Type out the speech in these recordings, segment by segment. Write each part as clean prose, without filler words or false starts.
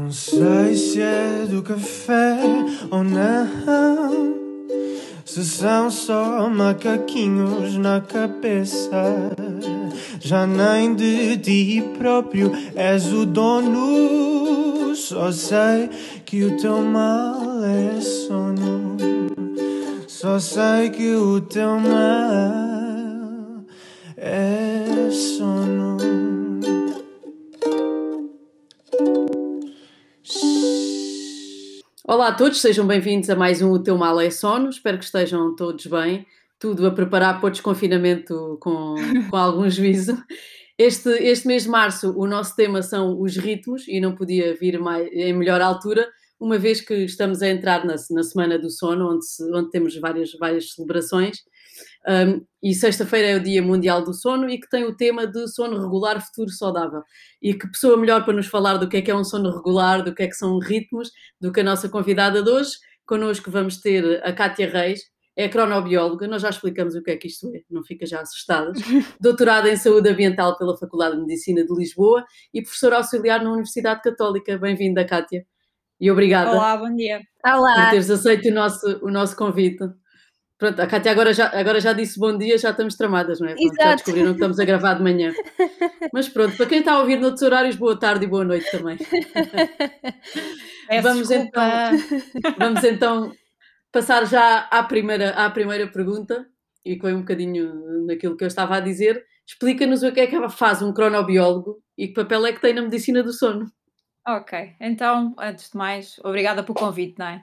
Não sei se é do café ou não, se são só macaquinhos na cabeça. Já nem de ti próprio és o dono. Só sei que o teu mal é sono. Só sei que o teu mal é sono. Olá a todos, sejam bem-vindos a mais um O Teu Mal é Sono. Espero que estejam todos bem, tudo a preparar para o desconfinamento com algum juízo. Este mês de março o nosso tema são os ritmos e não podia vir em melhor altura, uma vez que estamos a entrar na Semana do Sono, onde temos várias celebrações. E sexta-feira é o Dia Mundial do Sono e que tem o tema de sono regular, futuro saudável. E que pessoa melhor para nos falar do que é um sono regular, do que é que são ritmos, do que a nossa convidada de hoje. Connosco vamos ter a Cátia Reis, é cronobióloga, nós já explicamos o que é que isto é, não fica já assustadas. Doutorada em Saúde Ambiental pela Faculdade de Medicina de Lisboa e professora auxiliar na Universidade Católica. Bem-vinda, Cátia. E obrigada. Olá, bom dia. Por teres aceito o nosso convite. Pronto, a Cátia agora já disse bom dia, já estamos tramadas, não é? Pronto, já descobriram que estamos a gravar de manhã. Mas pronto, para quem está a ouvir noutros horários, boa tarde e boa noite também. Vamos então passar já à primeira pergunta, e que foi um bocadinho naquilo que eu estava a dizer. Explica-nos o que é que faz um cronobiólogo e que papel é que tem na medicina do sono. Ok, então, antes de mais, obrigada pelo convite, não é?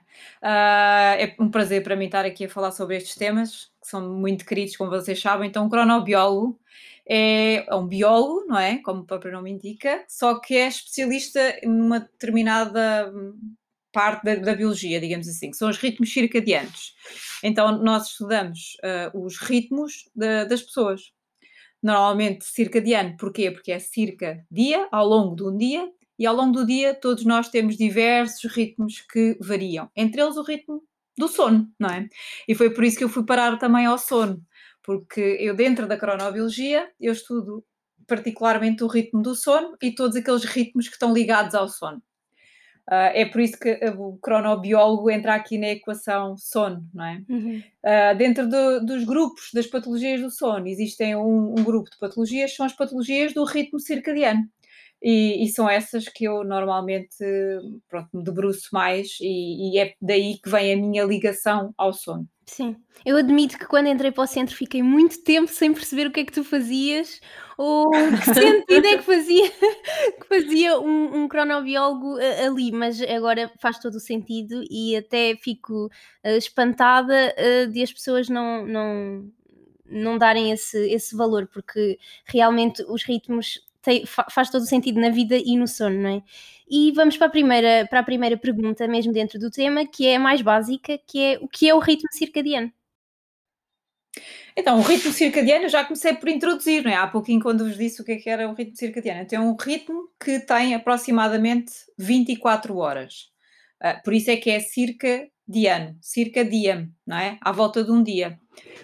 É um prazer para mim estar aqui a falar sobre estes temas, que são muito queridos, como vocês sabem. Então, um cronobiólogo é um biólogo, não é? Como o próprio nome indica, só que é especialista numa determinada parte da biologia, digamos assim, que são os ritmos circadianos. Então, nós estudamos os ritmos das pessoas. Normalmente circadiano, porquê? Porque é circa dia, ao longo de um dia, e ao longo do dia todos nós temos diversos ritmos que variam, entre eles o ritmo do sono, não é? E foi por isso que eu fui parar também ao sono, porque eu dentro da cronobiologia, eu estudo particularmente o ritmo do sono e todos aqueles ritmos que estão ligados ao sono. É por isso que o cronobiólogo entra aqui na equação sono, não é? Dentro dos grupos das patologias do sono, existem um grupo de patologias, que são as patologias do ritmo circadiano. E são essas que eu normalmente, pronto, me debruço mais e é daí que vem a minha ligação ao sono. Sim, eu admito que quando entrei para o centro fiquei muito tempo sem perceber o que é que tu fazias ou que sentido é que fazia um cronobiólogo ali, mas agora faz todo o sentido e até fico espantada de as pessoas não darem esse valor, porque realmente os ritmos faz todo o sentido na vida e no sono, não é? E vamos para a primeira pergunta, mesmo dentro do tema, que é a mais básica, que é o que é o ritmo circadiano? Então, o ritmo circadiano eu já comecei por introduzir, não é? Há pouquinho quando vos disse o que era o ritmo circadiano. Então, é um ritmo que tem aproximadamente 24 horas. Por isso é que é circadiano, não é? À volta de um dia.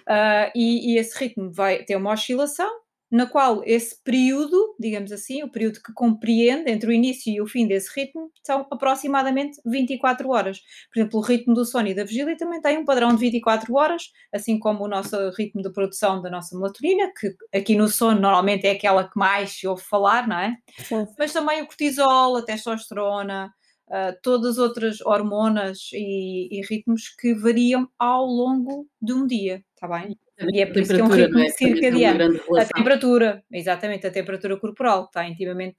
E esse ritmo vai ter uma oscilação, na qual esse período, digamos assim, o período que compreende entre o início e o fim desse ritmo, são aproximadamente 24 horas. Por exemplo, o ritmo do sono e da vigília também tem um padrão de 24 horas, assim como o nosso ritmo de produção da nossa melatonina, que aqui no sono normalmente é aquela que mais se ouve falar, não é? Sim. Mas também o cortisol, a testosterona, todas as outras hormonas e ritmos que variam ao longo de um dia, está bem? E é por isso que é um ritmo circadiano. A temperatura, exatamente, a temperatura corporal está intimamente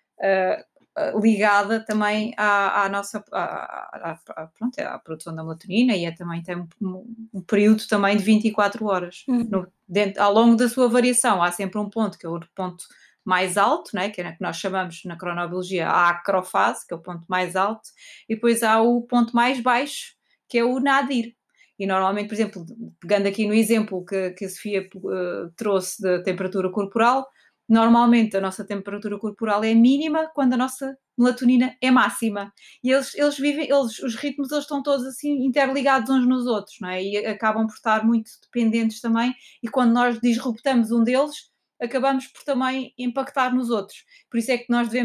ligada também à nossa pronto, à produção da melatonina e também tem um período também de 24 horas. Ao longo da sua variação há sempre um ponto que é o ponto mais alto, né, que nós chamamos na cronobiologia a acrofase, que é o ponto mais alto, e depois há o ponto mais baixo, que é o nadir. E normalmente, por exemplo, pegando aqui no exemplo que a Sofia trouxe da temperatura corporal, normalmente a nossa temperatura corporal é mínima quando a nossa melatonina é máxima. E os ritmos eles estão todos assim interligados uns nos outros, não é? E acabam por estar muito dependentes também, e quando nós disruptamos um deles, acabamos por também impactar nos outros. Por isso é que nós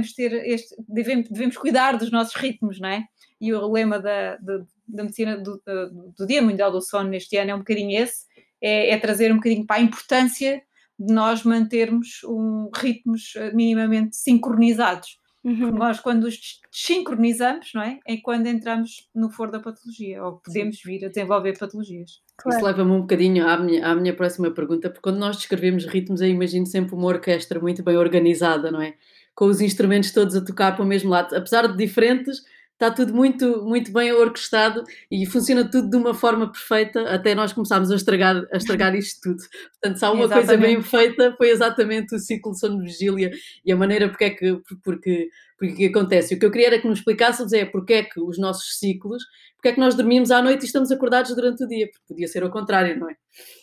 devemos cuidar dos nossos ritmos, não é? E o lema da medicina do Dia Mundial do Sono neste ano é um bocadinho esse, é trazer um bocadinho para a importância de nós mantermos ritmos minimamente sincronizados. Porque nós, quando os desincronizamos, não é? É quando entramos no foro da patologia, ou podemos vir a desenvolver patologias. Isso leva-me um bocadinho à minha próxima pergunta, porque quando nós descrevemos ritmos, eu imagino sempre uma orquestra muito bem organizada, não é? Com os instrumentos todos a tocar para o mesmo lado. Apesar de diferentes, está tudo muito, muito bem orquestrado e funciona tudo de uma forma perfeita, até nós começámos a estragar isto tudo. Portanto, se há uma coisa bem feita, foi exatamente o ciclo de sono-vigília e a maneira porque acontece. O que eu queria era que nos explicássemos porque é que os nossos ciclos, porque é que nós dormimos à noite e estamos acordados durante o dia, porque podia ser ao contrário, não é?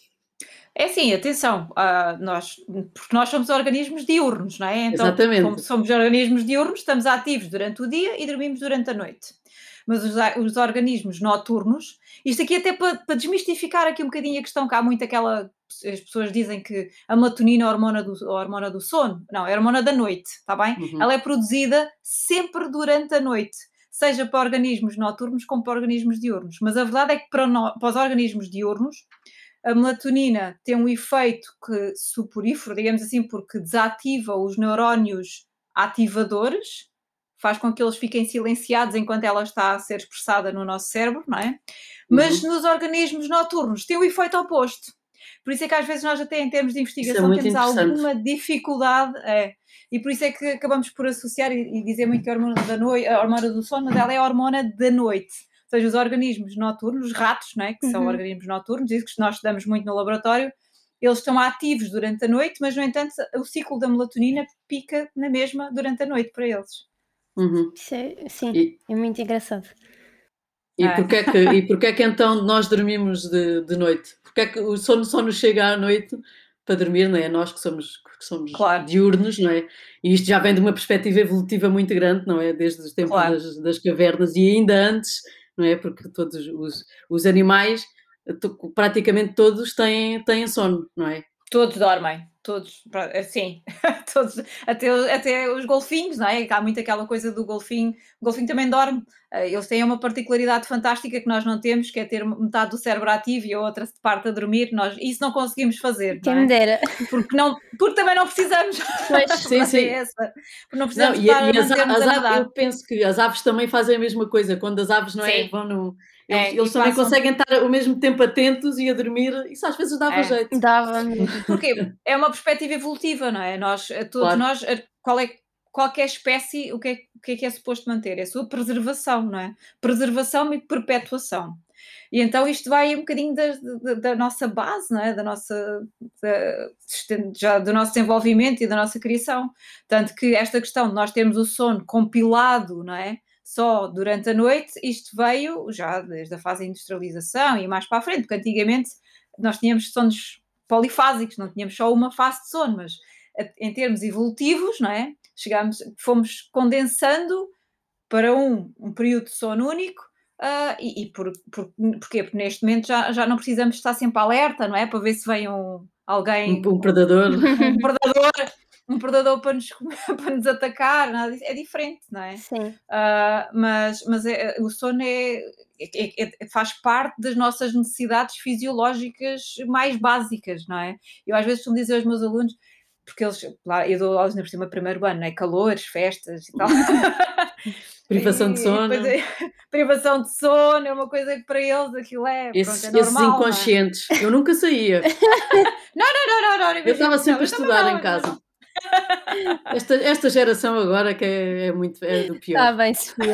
É assim, atenção, porque nós somos organismos diurnos, não é? Então, Exatamente. como somos organismos diurnos, estamos ativos durante o dia e dormimos durante a noite. Mas os organismos noturnos, isto aqui até para desmistificar aqui um bocadinho a questão, que há muito as pessoas dizem que a melatonina é a hormona do sono. Não, é a hormona da noite, está bem? Ela é produzida sempre durante a noite, seja para organismos noturnos como para organismos diurnos. Mas a verdade é que para os organismos diurnos, a melatonina tem um efeito suporífero, digamos assim, porque desativa os neurónios ativadores, faz com que eles fiquem silenciados enquanto ela está a ser expressada no nosso cérebro, não é? Mas nos organismos noturnos tem o efeito oposto. Por isso é que às vezes nós até em termos de investigação temos alguma dificuldade, e por isso é que acabamos por associar e dizer muito que a hormona do sono, mas ela é a hormona da noite. Ou seja, os organismos noturnos, os ratos, não é? Que são organismos noturnos, isso que nós estudamos muito no laboratório, eles estão ativos durante a noite, mas no entanto o ciclo da melatonina pica na mesma durante a noite para eles. Sim, é muito engraçado. E porquê é que então nós dormimos de noite? Porquê é que o sono só nos chega à noite para dormir, não é? Nós que somos claro, diurnos, não é? E isto já vem de uma perspectiva evolutiva muito grande, não é? Desde os tempos claro, das cavernas e ainda antes, não é? Porque todos os animais, praticamente todos têm sono, não é? todos dormem, todos, sim, todos, até os golfinhos, não é? Há muito aquela coisa do golfinho, o golfinho também dorme. Eles têm uma particularidade fantástica que nós não temos, que é ter metade do cérebro ativo e a outra parte a dormir. Isso não conseguimos fazer, Quem não é? me dera. Porque também não precisamos. Pois, sim. É essa. Porque não precisamos estar a manter-nos a nadar. Eu penso que as aves também fazem a mesma coisa, quando as aves, não é? Sim. Vão no... Eles também conseguem estar ao mesmo tempo atentos e a dormir, isso às vezes dava jeito. Dava mesmo. Porquê? É uma perspectiva evolutiva, não é? Nós, qualquer espécie, o que é suposto manter? É a sua preservação, não é? Preservação e perpetuação. E então isto vai um bocadinho da nossa base, não é? Do nosso desenvolvimento e da nossa criação. Tanto que esta questão de nós termos o sono compilado, não é? Só durante a noite, isto veio já desde a fase de industrialização e mais para a frente, porque antigamente nós tínhamos sonos polifásicos, não tínhamos só uma fase de sono, mas em termos evolutivos, não é? Fomos condensando para um período de sono único. Porquê? Porque neste momento já não precisamos estar sempre alerta, não é? Para ver se vem alguém... Um predador. Um predador para nos atacar, nada disso. É diferente, não é? Sim. Mas o sono faz parte das nossas necessidades fisiológicas mais básicas, não é? Eu às vezes costumo dizer aos meus alunos, porque eu dou aulas na por cima primeiro ano, não é? Calores, festas e tal. Privação de sono. Privação de sono é uma coisa que para eles aquilo é normal. Esses inconscientes. Eu nunca saía. Não. Eu estava sempre a estudar em casa. Esta geração agora que é do pior. Está bem, Sofia.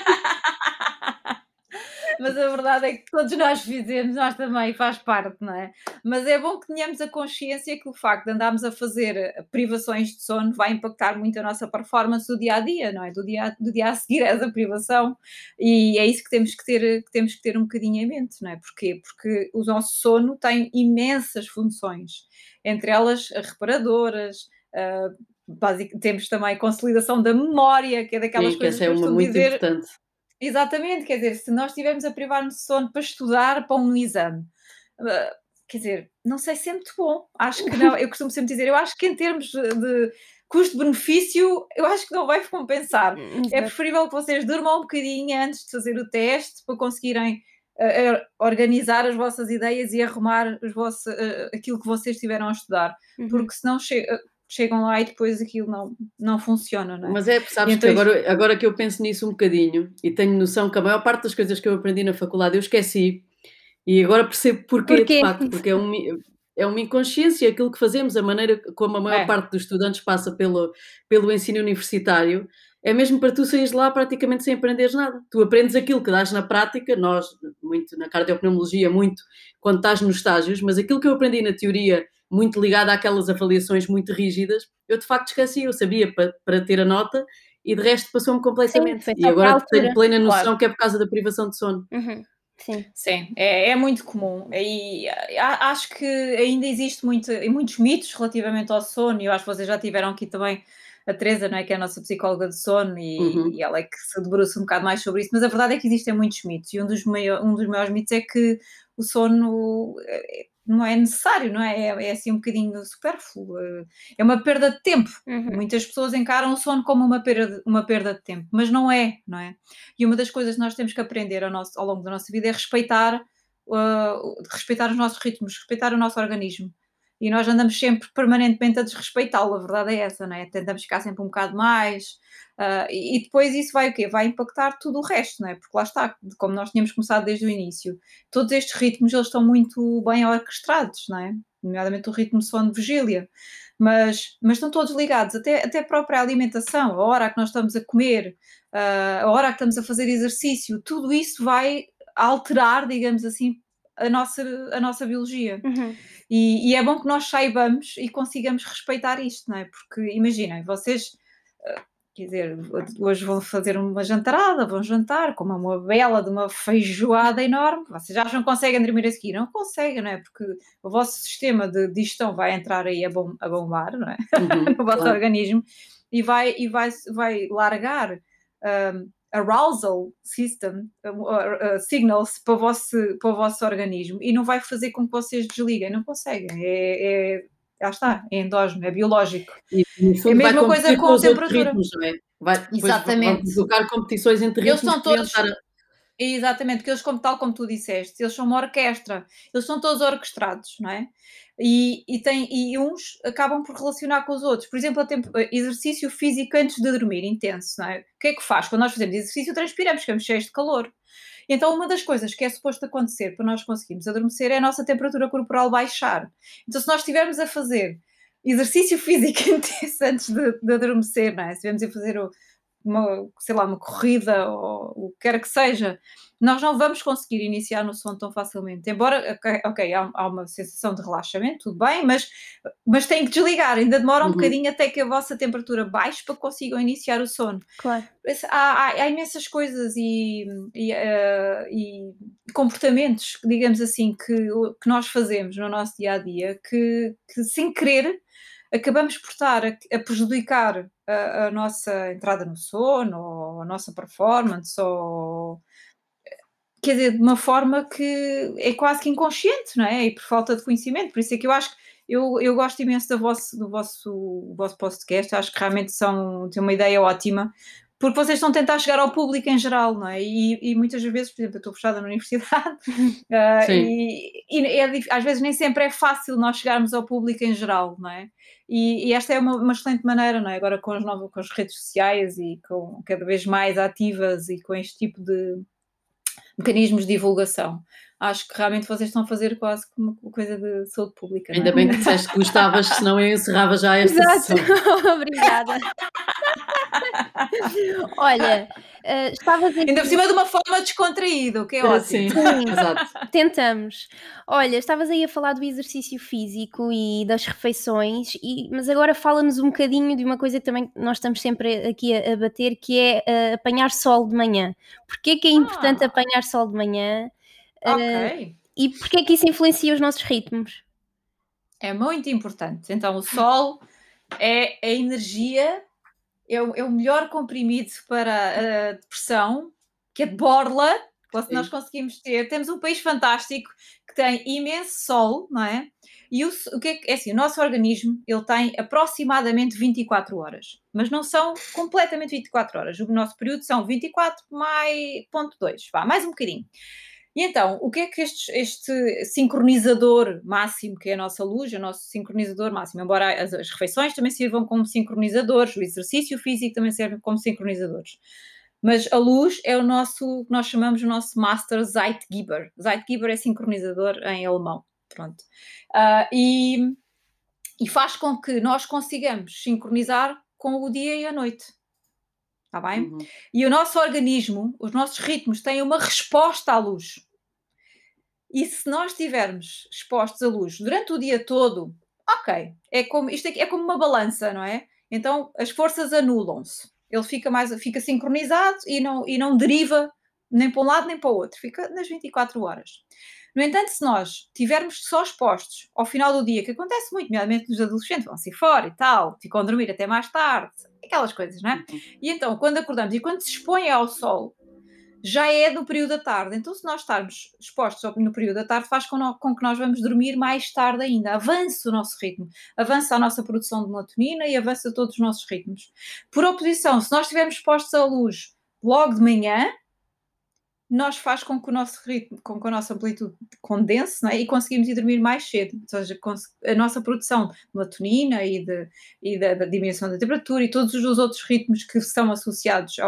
Mas a verdade é que todos nós fizemos, nós também, faz parte, não é? Mas é bom que tenhamos a consciência que o facto de andarmos a fazer privações de sono vai impactar muito a nossa performance do dia a dia, não é? Do dia a seguir a essa privação. E é isso que temos que ter um bocadinho em mente, não é? Porquê? Porque o nosso sono tem imensas funções, entre elas reparadoras. Temos também a consolidação da memória, que é daquelas coisas que eu costumo muito dizer. Importante. Exatamente, quer dizer, se nós estivermos a privar-nos de sono para estudar para um exame, quer dizer, não sei se é muito bom. Acho que não. Eu costumo sempre dizer, eu acho que em termos de custo-benefício, eu acho que não vai compensar. É Exato. preferível que vocês durmam um bocadinho antes de fazer o teste para conseguirem organizar as vossas ideias e arrumar aquilo que vocês estiveram a estudar. Uhum. Porque senão chegam lá e depois aquilo não funciona, não é? Mas sabes Então que agora que eu penso nisso um bocadinho e tenho noção que a maior parte das coisas que eu aprendi na faculdade eu esqueci e agora percebo porquê, de facto, porque é uma inconsciência aquilo que fazemos, a maneira como a maior parte dos estudantes passa pelo ensino universitário, é mesmo para tu saíres de lá praticamente sem aprenderes nada. Tu aprendes aquilo que dás na prática, nós, muito na cardiopneumologia, muito quando estás nos estágios, mas aquilo que eu aprendi na teoria, muito ligado àquelas avaliações muito rígidas, eu de facto esqueci, eu sabia para ter a nota e de resto passou-me completamente. Sim, foi E só para a agora tenho altura. plena noção Claro. que é por causa da privação de sono. Uhum. Sim. Sim, é muito comum. E acho que ainda existe muitos mitos relativamente ao sono, e eu acho que vocês já tiveram aqui também a Teresa, não é? Que é a nossa psicóloga de sono, e ela é que se debruça um bocado mais sobre isso, mas a verdade é que existem muitos mitos, e um dos maiores mitos é que o sono não é necessário, não é? É assim um bocadinho supérfluo, é uma perda de tempo. Uhum. Muitas pessoas encaram o sono como uma perda de tempo, mas não é, não é? E uma das coisas que nós temos que aprender ao longo da nossa vida é respeitar os nossos ritmos, respeitar o nosso organismo. E nós andamos sempre permanentemente a desrespeitá-lo, a verdade é essa, não é? Tentamos ficar sempre um bocado mais, e depois isso vai o quê? Vai impactar tudo o resto, não é? Porque lá está, como nós tínhamos começado desde o início, todos estes ritmos eles estão muito bem orquestrados, não é? Nomeadamente o ritmo de sono-vigília, mas estão todos ligados, até a própria alimentação, a hora que nós estamos a comer, a hora que estamos a fazer exercício, tudo isso vai alterar, digamos assim, a nossa biologia. Uhum. E é bom que nós saibamos e consigamos respeitar isto, não é? Porque imaginem, vocês, quer dizer, hoje vão fazer uma jantarada, vão jantar com uma bela de uma feijoada enorme, vocês já não conseguem dormir a seguir, não conseguem, não é? Porque o vosso sistema de digestão vai entrar aí a bombar, não é? No vosso organismo e vai largar arousal system, signals para o vosso organismo e não vai fazer com que vocês desliguem, não conseguem, já está, é endógeno, é biológico. E no É a fundo vai mesma coisa competir com com a os outros temperatura. ritmos, não é? Depois vão Exatamente. colocar competições entre Eles ritmos estão que deviam todos, estar exatamente, que eles, tal como tu disseste, eles são uma orquestra, eles são todos orquestrados, não é? E uns acabam por relacionar com os outros. Por exemplo, exercício físico antes de dormir, intenso, não é? O que é que faz? Quando nós fazemos exercício, transpiramos, ficamos cheios de calor. Então, uma das coisas que é suposto acontecer para nós conseguirmos adormecer é a nossa temperatura corporal baixar. Então, se nós estivermos a fazer exercício físico intenso antes de adormecer, não é? Se estivermos a fazer uma corrida ou o que quer que seja, nós não vamos conseguir iniciar no sono tão facilmente. Embora, ok, há uma sensação de relaxamento, tudo bem, mas tem que desligar, ainda demora um bocadinho até que a vossa temperatura baixe para que consigam iniciar o sono. Claro. Há imensas coisas e comportamentos, digamos assim, que nós fazemos no nosso dia-a-dia que sem querer acabamos por estar a prejudicar a nossa entrada no sono, ou a nossa performance, ou quer dizer, de uma forma que é quase que inconsciente, não é? E por falta de conhecimento. Por isso é que eu acho que eu gosto imenso do vosso podcast, acho que realmente têm uma ideia ótima, porque vocês estão a tentar chegar ao público em geral, não é? E muitas vezes, por exemplo, eu estou fechada na universidade às vezes nem sempre é fácil nós chegarmos ao público em geral, não é? E esta é uma excelente maneira, não é? Agora com as redes sociais e com cada vez mais ativas e com este tipo de mecanismos de divulgação. Acho que realmente vocês estão a fazer quase uma coisa de saúde pública. Ainda bem que disseste que gostavas, senão eu encerrava já esta sessão. Obrigada. Olha, estavas ainda por cima de uma forma descontraída, o que é ótimo. Sim, exato. Tentamos. Olha, estavas aí a falar do exercício físico e das refeições, mas agora fala-nos um bocadinho de uma coisa que também nós estamos sempre aqui a bater, que é apanhar sol de manhã. Porquê que é importante apanhar sol de manhã? Ok. E porquê que isso influencia os nossos ritmos? É muito importante. Então, o sol é a energia, é o melhor comprimido para a depressão, que é de borla, nós Sim. conseguimos temos um país fantástico que tem imenso sol, não é? E o que é assim, o nosso organismo, ele tem aproximadamente 24 horas, mas não são completamente 24 horas. O nosso período são 24 mais ponto 2, vá, mais um bocadinho. E então, o que é que este sincronizador máximo, que é a nossa luz, o nosso sincronizador máximo, embora as refeições também sirvam como sincronizadores, o exercício físico também serve como sincronizadores. Mas a luz é o nosso, que nós chamamos o nosso Master Zeitgeber. Zeitgeber é sincronizador em alemão. Pronto. E faz com que nós consigamos sincronizar com o dia e a noite. Está bem? Uhum. E o nosso organismo, os nossos ritmos têm uma resposta à luz. E se nós estivermos expostos à luz durante o dia todo, ok, isto é como uma balança, não é? Então as forças anulam-se. Ele fica sincronizado e não deriva nem para um lado nem para o outro. Fica nas 24 horas. No entanto, se nós estivermos só expostos ao final do dia, que acontece muito, nomeadamente nos adolescentes, vão-se fora e tal, ficam a dormir até mais tarde, aquelas coisas, não é? Uhum. E então, quando acordamos e quando se expõe ao sol, já é no período da tarde. Então, se nós estarmos expostos no período da tarde, faz com que nós vamos dormir mais tarde ainda. Avança o nosso ritmo, avança a nossa produção de melatonina e avança todos os nossos ritmos. Por oposição, se nós estivermos expostos à luz logo de manhã, nós faz com que o nosso ritmo, com que a nossa amplitude condense, não é? E conseguimos ir dormir mais cedo. Ou seja, a nossa produção de melatonina e da diminuição da temperatura e todos os outros ritmos que são associados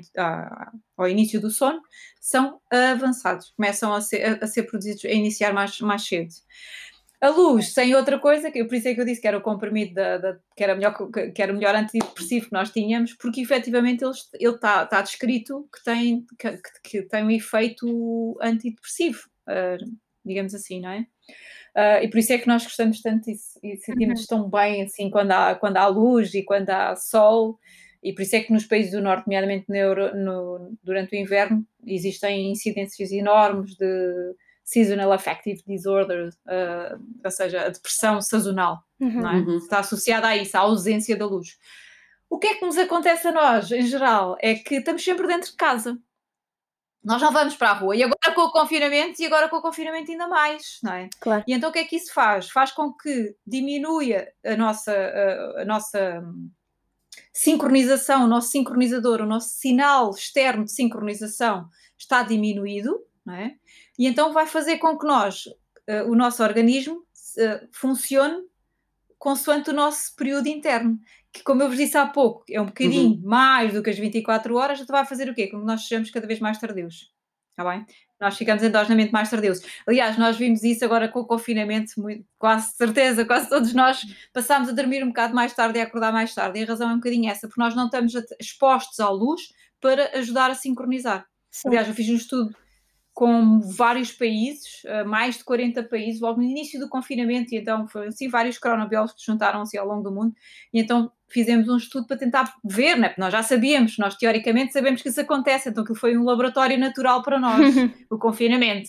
ao início do sono são avançados, começam a ser produzidos, a iniciar mais cedo. A luz tem outra coisa, por isso é que eu disse que era o comprimido que era o melhor antidepressivo que nós tínhamos, porque efetivamente ele está descrito que tem um efeito antidepressivo, digamos assim, não é? E por isso é que nós gostamos tanto disso e sentimos tão bem assim quando há luz e quando há sol. E por isso é que nos países do norte, nomeadamente durante o inverno, existem incidências enormes de seasonal affective disorder, ou seja, a depressão sazonal, não é? Uhum. Está associada a isso, à ausência da luz. O que é que nos acontece a nós, em geral, é que estamos sempre dentro de casa. Nós não vamos para a rua. E agora com o confinamento ainda mais, não é? Claro. E então o que é que isso faz? Faz com que diminua a nossa sincronização, o nosso sincronizador, o nosso sinal externo de sincronização está diminuído, não é? E então vai fazer com que o nosso organismo funcione consoante o nosso período interno, que, como eu vos disse há pouco, é um bocadinho mais do que as 24 horas, então vai fazer o quê? Com que nós sejamos cada vez mais tardios, está bem? Nós ficamos endogeniamente mais tardios. Aliás, nós vimos isso agora com o confinamento, quase certeza, quase todos nós passámos a dormir um bocado mais tarde e a acordar mais tarde, e a razão é um bocadinho essa, porque nós não estamos expostos à luz para ajudar a sincronizar. Sim. Aliás, eu fiz um estudo com vários países, mais de 40 países, logo no início do confinamento, e então foi assim, vários cronobiólogos que juntaram-se ao longo do mundo, e então fizemos um estudo para tentar ver, né? Porque nós já sabíamos, nós teoricamente sabemos que isso acontece, então aquilo foi um laboratório natural para nós, o confinamento.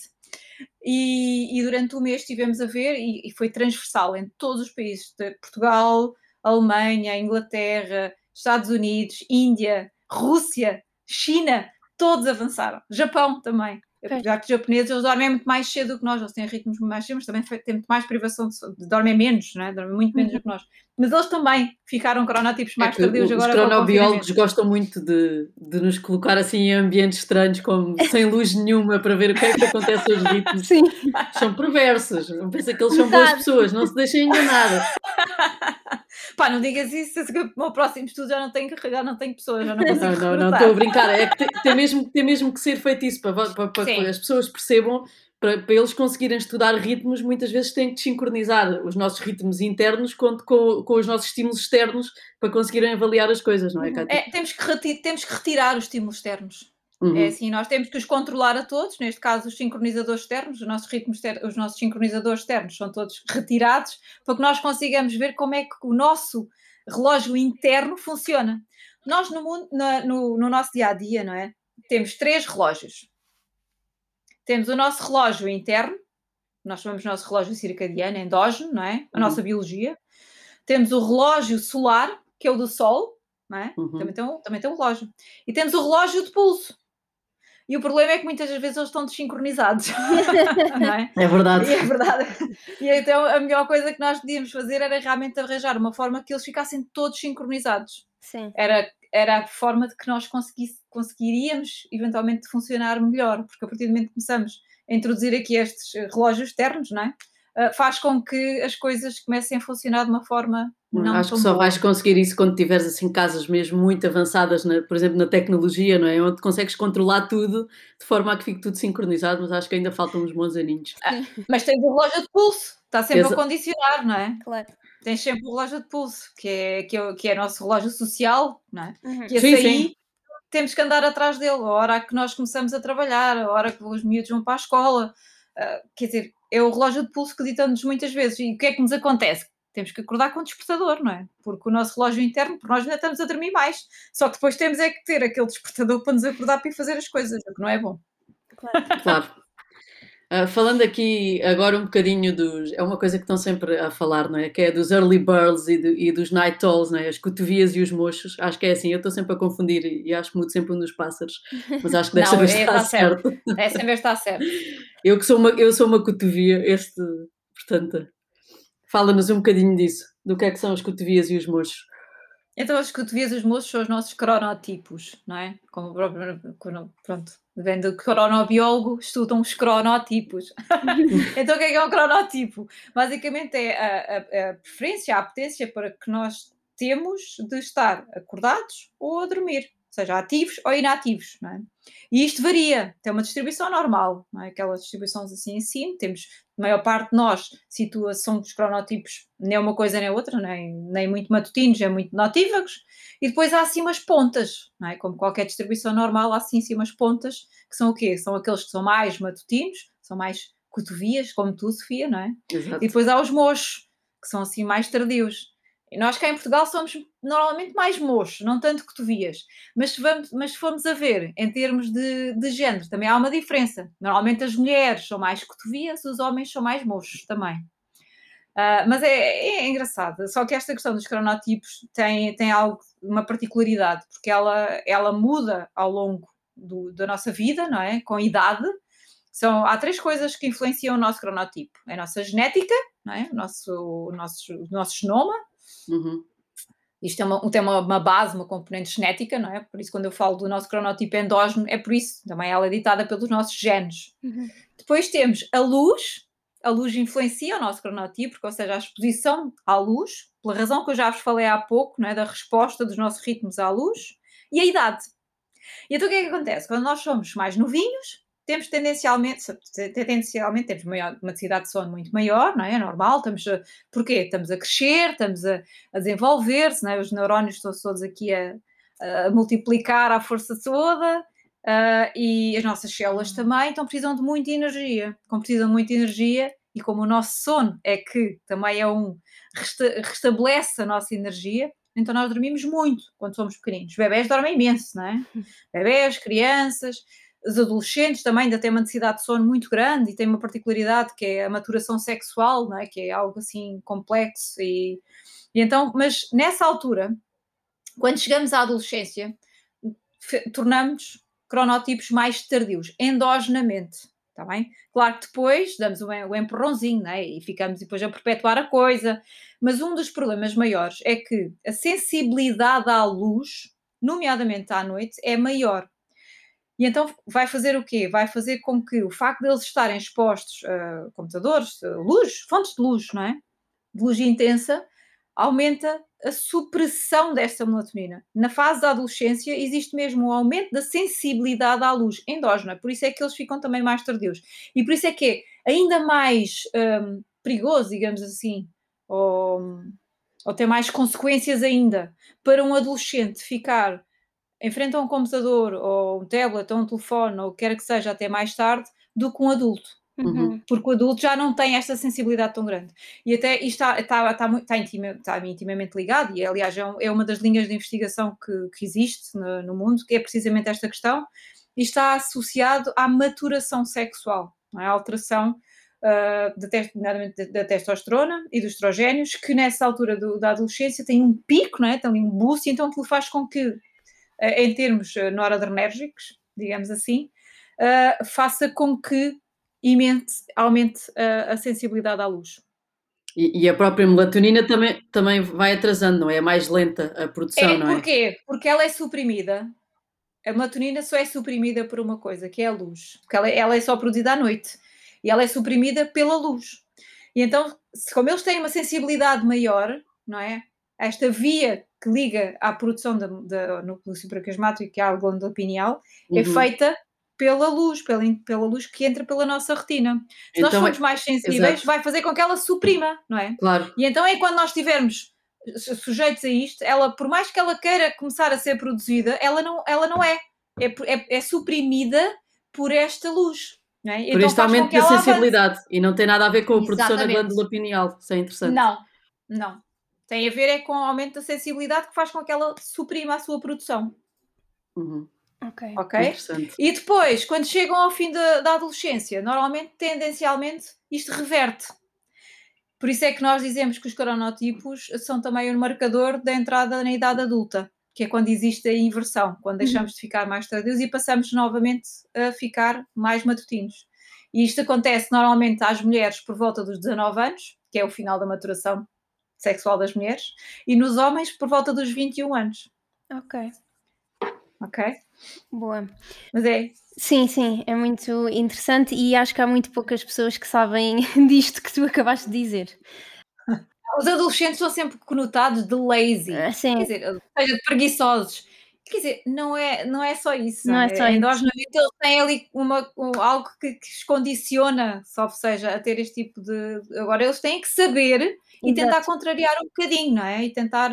E durante o mês estivemos a ver, e foi transversal em todos os países, de Portugal, Alemanha, Inglaterra, Estados Unidos, Índia, Rússia, China, todos avançaram. Japão também. Já que os japoneses, eles dormem muito mais cedo do que nós, eles têm ritmos muito mais cedo, mas também têm muito mais privação dormem menos, não é? Dormem muito menos do que nós. Mas eles também ficaram cronotipos mais tardios agora com o confinamento. Os cronobiólogos gostam muito de nos colocar assim em ambientes estranhos, como sem luz nenhuma, para ver o que é que acontece aos ritmos. Sim. São perversos. Eu penso que eles são boas pessoas, não se deixem enganar. Pá, não digas isso, que o meu próximo estudo já não tem pessoas, já não consigo recrutar. Não, estou a brincar. É que tem mesmo que ser feito isso, para que as pessoas percebam, para eles conseguirem estudar ritmos, muitas vezes têm que sincronizar os nossos ritmos internos com os nossos estímulos externos para conseguirem avaliar as coisas, não é, Cátia? Temos que retirar os estímulos externos. É assim, nós temos que os controlar a todos, neste caso os sincronizadores externos, os nossos sincronizadores externos são todos retirados, para que nós consigamos ver como é que o nosso relógio interno funciona. Nós no nosso dia-a-dia, não é? Temos 3 relógios. Temos o nosso relógio interno, nós chamamos o nosso relógio circadiano, endógeno, não é? A nossa biologia. Temos o relógio solar, que é o do Sol, não é? Também tem um relógio. E temos o relógio de pulso. E o problema é que muitas das vezes eles estão desincronizados, não é? É verdade. E é verdade. E então a melhor coisa que nós podíamos fazer era realmente arranjar uma forma que eles ficassem todos sincronizados. Sim. Era a forma de que nós conseguiríamos eventualmente funcionar melhor, porque a partir do momento que começamos a introduzir aqui estes relógios externos, não é? Faz com que as coisas comecem a funcionar de uma forma não Acho tão que só boa. vais conseguir isso quando tiveres assim casas mesmo muito avançadas, por exemplo, na tecnologia, não é? Onde consegues controlar tudo de forma a que fique tudo sincronizado, mas acho que ainda faltam uns bons aninhos. Mas tens o relógio de pulso, está sempre Exa- a condicionar, não é? Claro. Tens sempre o relógio de pulso, que é o nosso relógio social, não é? Uhum. Que esse Sim, aí sim. temos que andar atrás dele, a hora que nós começamos a trabalhar, a hora que os miúdos vão para a escola. Quer dizer, é o relógio de pulso que dita-nos muitas vezes. E o que é que nos acontece? Temos que acordar com o despertador, não é? Porque o nosso relógio interno, por nós ainda estamos a dormir mais. Só que depois temos é que ter aquele despertador para nos acordar para ir fazer as coisas, o que não é bom. Claro. Claro. Falando aqui agora um bocadinho dos... É uma coisa que estão sempre a falar, não é? Que é dos early birds e dos night owls, não é? As cotovias e os mochos. Acho que é assim, eu estou sempre a confundir e acho que mudo sempre um dos pássaros. Mas acho que desta Não, vez está está certo. certo. Desta vez está certo. Eu sou uma cotovia, portanto, fala-nos um bocadinho disso, do que é que são as cotovias e os mochos. Então, as cotovias e os moços são os nossos cronotipos, não é? Como o próprio, pronto, vem do cronobiólogo, estudam os cronotipos. Então, o que é um cronotipo? Basicamente é a preferência, a apetência para que nós temos de estar acordados ou a dormir, seja ativos ou inativos, não é? E isto varia, tem uma distribuição normal, não é? Aquelas distribuições assim em cima, temos, a maior parte de nós são dos cronotipos nem uma coisa nem outra, nem muito matutinos, nem muito notívagos, e depois há assim umas pontas, não é? Como qualquer distribuição normal, há assim umas pontas, que são o quê? São aqueles que são mais matutinos, são mais cotovias, como tu, Sofia, não é? Exato. E depois há os mochos, que são assim mais tardios. E nós cá em Portugal somos normalmente mais mochos, não tanto cotovias. Mas se formos a ver, em termos de género, também há uma diferença. Normalmente as mulheres são mais cotovias, os homens são mais mochos também. Mas é engraçado. Só que esta questão dos cronotipos tem uma particularidade, porque ela muda ao longo da nossa vida, não é? Com a idade. Há 3 coisas que influenciam o nosso cronotipo. É a nossa genética, não é? o nosso genoma. Uhum. Isto tem uma base, uma componente genética, não é? Por isso, quando eu falo do nosso cronotipo endógeno, é por isso. Também ela é ditada pelos nossos genes. Uhum. Depois temos a luz. A luz influencia o nosso cronotipo, ou seja, a exposição à luz, pela razão que eu já vos falei há pouco, não é? Da resposta dos nossos ritmos à luz. E a idade. E então o que é que acontece? Quando nós somos mais novinhos, tendencialmente temos uma necessidade de sono muito maior, não é? É normal, porquê? Estamos a crescer, estamos a desenvolver-se, não é? Os neurónios estão todos aqui a multiplicar à força toda, e as nossas células também, então precisam de muita energia. Como precisam de muita energia, e como o nosso sono é que também restabelece a nossa energia, então nós dormimos muito quando somos pequeninos. Os bebés dormem imenso, não é? Bebés, crianças, os adolescentes também ainda têm uma necessidade de sono muito grande e têm uma particularidade que é a maturação sexual, não é? Que é algo assim complexo e então, mas nessa altura, quando chegamos à adolescência, tornamos cronotipos mais tardios, endogenamente. Está bem? Claro que depois damos o empurrãozinho, não é? E ficamos depois a perpetuar a coisa. Mas um dos problemas maiores é que a sensibilidade à luz, nomeadamente à noite, é maior. E então vai fazer o quê? Vai fazer com que o facto de eles estarem expostos a computadores, a luz, fontes de luz, não é? De luz intensa, aumenta a supressão desta melatonina. Na fase da adolescência existe mesmo um aumento da sensibilidade à luz endógena, por isso é que eles ficam também mais tardios. E por isso é que é ainda mais perigoso, digamos assim, ou ter mais consequências ainda, para um adolescente ficar em frente a um computador, ou um tablet, ou um telefone, ou o que quer que seja, até mais tarde, do que um adulto. Uhum. Porque o adulto já não tem esta sensibilidade tão grande. E até isto está intimamente ligado, e aliás é uma das linhas de investigação que existe no mundo, que é precisamente esta questão, e está associado à maturação sexual, não é? A alteração da testosterona e dos estrogénios, que nessa altura da adolescência tem um pico, não é? Tem um boost, e então aquilo faz com que, em termos noradrenérgicos, digamos assim, faça com que aumente a sensibilidade à luz. E a própria melatonina também vai atrasando, não é? É mais lenta a produção, não é? Porquê? Porque ela é suprimida. A melatonina só é suprimida por uma coisa, que é a luz. Porque ela é só produzida à noite. E ela é suprimida pela luz. E então, como eles têm uma sensibilidade maior, não é? Esta via que liga à produção do núcleo supracasmático, que é a glândula pineal, é feita pela luz que entra pela nossa retina. Se nós Então formos mais sensíveis, exato. vai fazer com que ela suprima, não é? Claro. E então é quando nós estivermos sujeitos a isto, ela, por mais que ela queira começar a ser produzida, ela não é. É suprimida por esta luz. Não é? Por Então este faz com aumento que da ela avance. sensibilidade. E não tem nada a ver com a produção da Exatamente. glândula pineal. Isso é interessante. Não. Tem a ver com o aumento da sensibilidade que faz com que ela suprima a sua produção. Uhum. Ok. Ok? Interessante. E depois, quando chegam ao fim da adolescência, normalmente, tendencialmente, isto reverte. Por isso é que nós dizemos que os cronotipos são também um marcador da entrada na idade adulta, que é quando existe a inversão, quando deixamos de ficar mais tardios e passamos novamente a ficar mais matutinos. E isto acontece normalmente às mulheres por volta dos 19 anos, que é o final da maturação sexual das mulheres, e nos homens por volta dos 21 anos. Ok. Ok? Boa. Mas é. Sim, é muito interessante e acho que há muito poucas pessoas que sabem disto que tu acabaste de dizer. Os adolescentes são sempre conotados de lazy, Sim, quer dizer, ou seja, de preguiçosos. Quer dizer, não é só isso, não é só isso. Endogenamente eles têm ali algo que os condiciona, salvo seja, a ter este tipo de. Agora eles têm que saber e tentar Exato. contrariar um bocadinho, não é? E tentar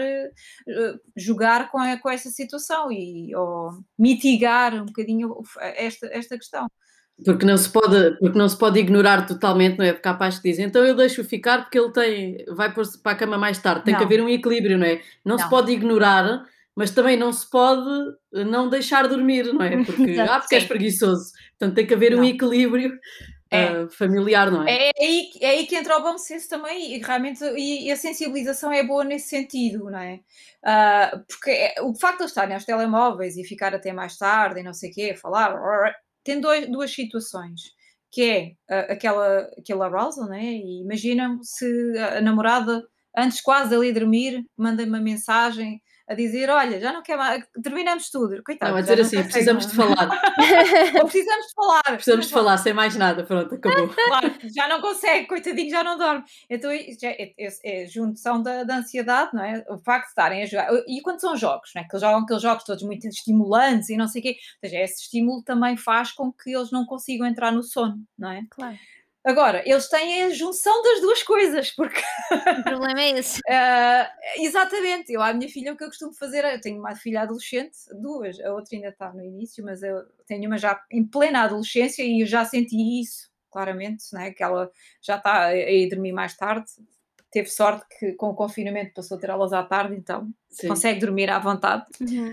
jogar com essa situação ou mitigar um bocadinho esta questão. Porque não se pode ignorar totalmente, não é? Porque há pais que dizem, então eu deixo ficar porque ele vai pôr-se para a cama mais tarde. Tem que Não. haver um equilíbrio, não é? Não se pode ignorar, mas também não se pode não deixar dormir, não é? Porque, Exato. porque és preguiçoso. Portanto, tem que haver um equilíbrio familiar, não é? É aí que entra o bom senso também, e realmente e a sensibilização é boa nesse sentido, não é? Porque o facto de eles estarem aos telemóveis e ficar até mais tarde e não sei o quê, a falar, tem duas situações, que é aquele arousal, não é? E imagina se a namorada, antes quase ali dormir, manda-me uma mensagem a dizer, olha, já não quer mais, terminamos tudo. Coitado, Não, a já dizer não assim, consegue, precisamos de falar. Ou precisamos de falar. Precisamos de falar, sem mais nada. Pronto, acabou. Claro, já não consegue, coitadinho, já não dorme. Então já é junção da ansiedade, não é? O facto de estarem a jogar. E quando são jogos, não é? Que eles jogam aqueles jogos todos muito estimulantes e não sei o quê. Ou seja, esse estímulo também faz com que eles não consigam entrar no sono, não é? Claro. Agora, eles têm a junção das duas coisas, porque. O problema é esse. Exatamente, eu à minha filha o que eu costumo fazer, eu tenho uma filha adolescente, duas, a outra ainda está no início, mas eu tenho uma já em plena adolescência e eu já senti isso, claramente, né? Que ela já está a ir dormir mais tarde, teve sorte que com o confinamento passou a ter aulas à tarde, então consegue dormir à vontade.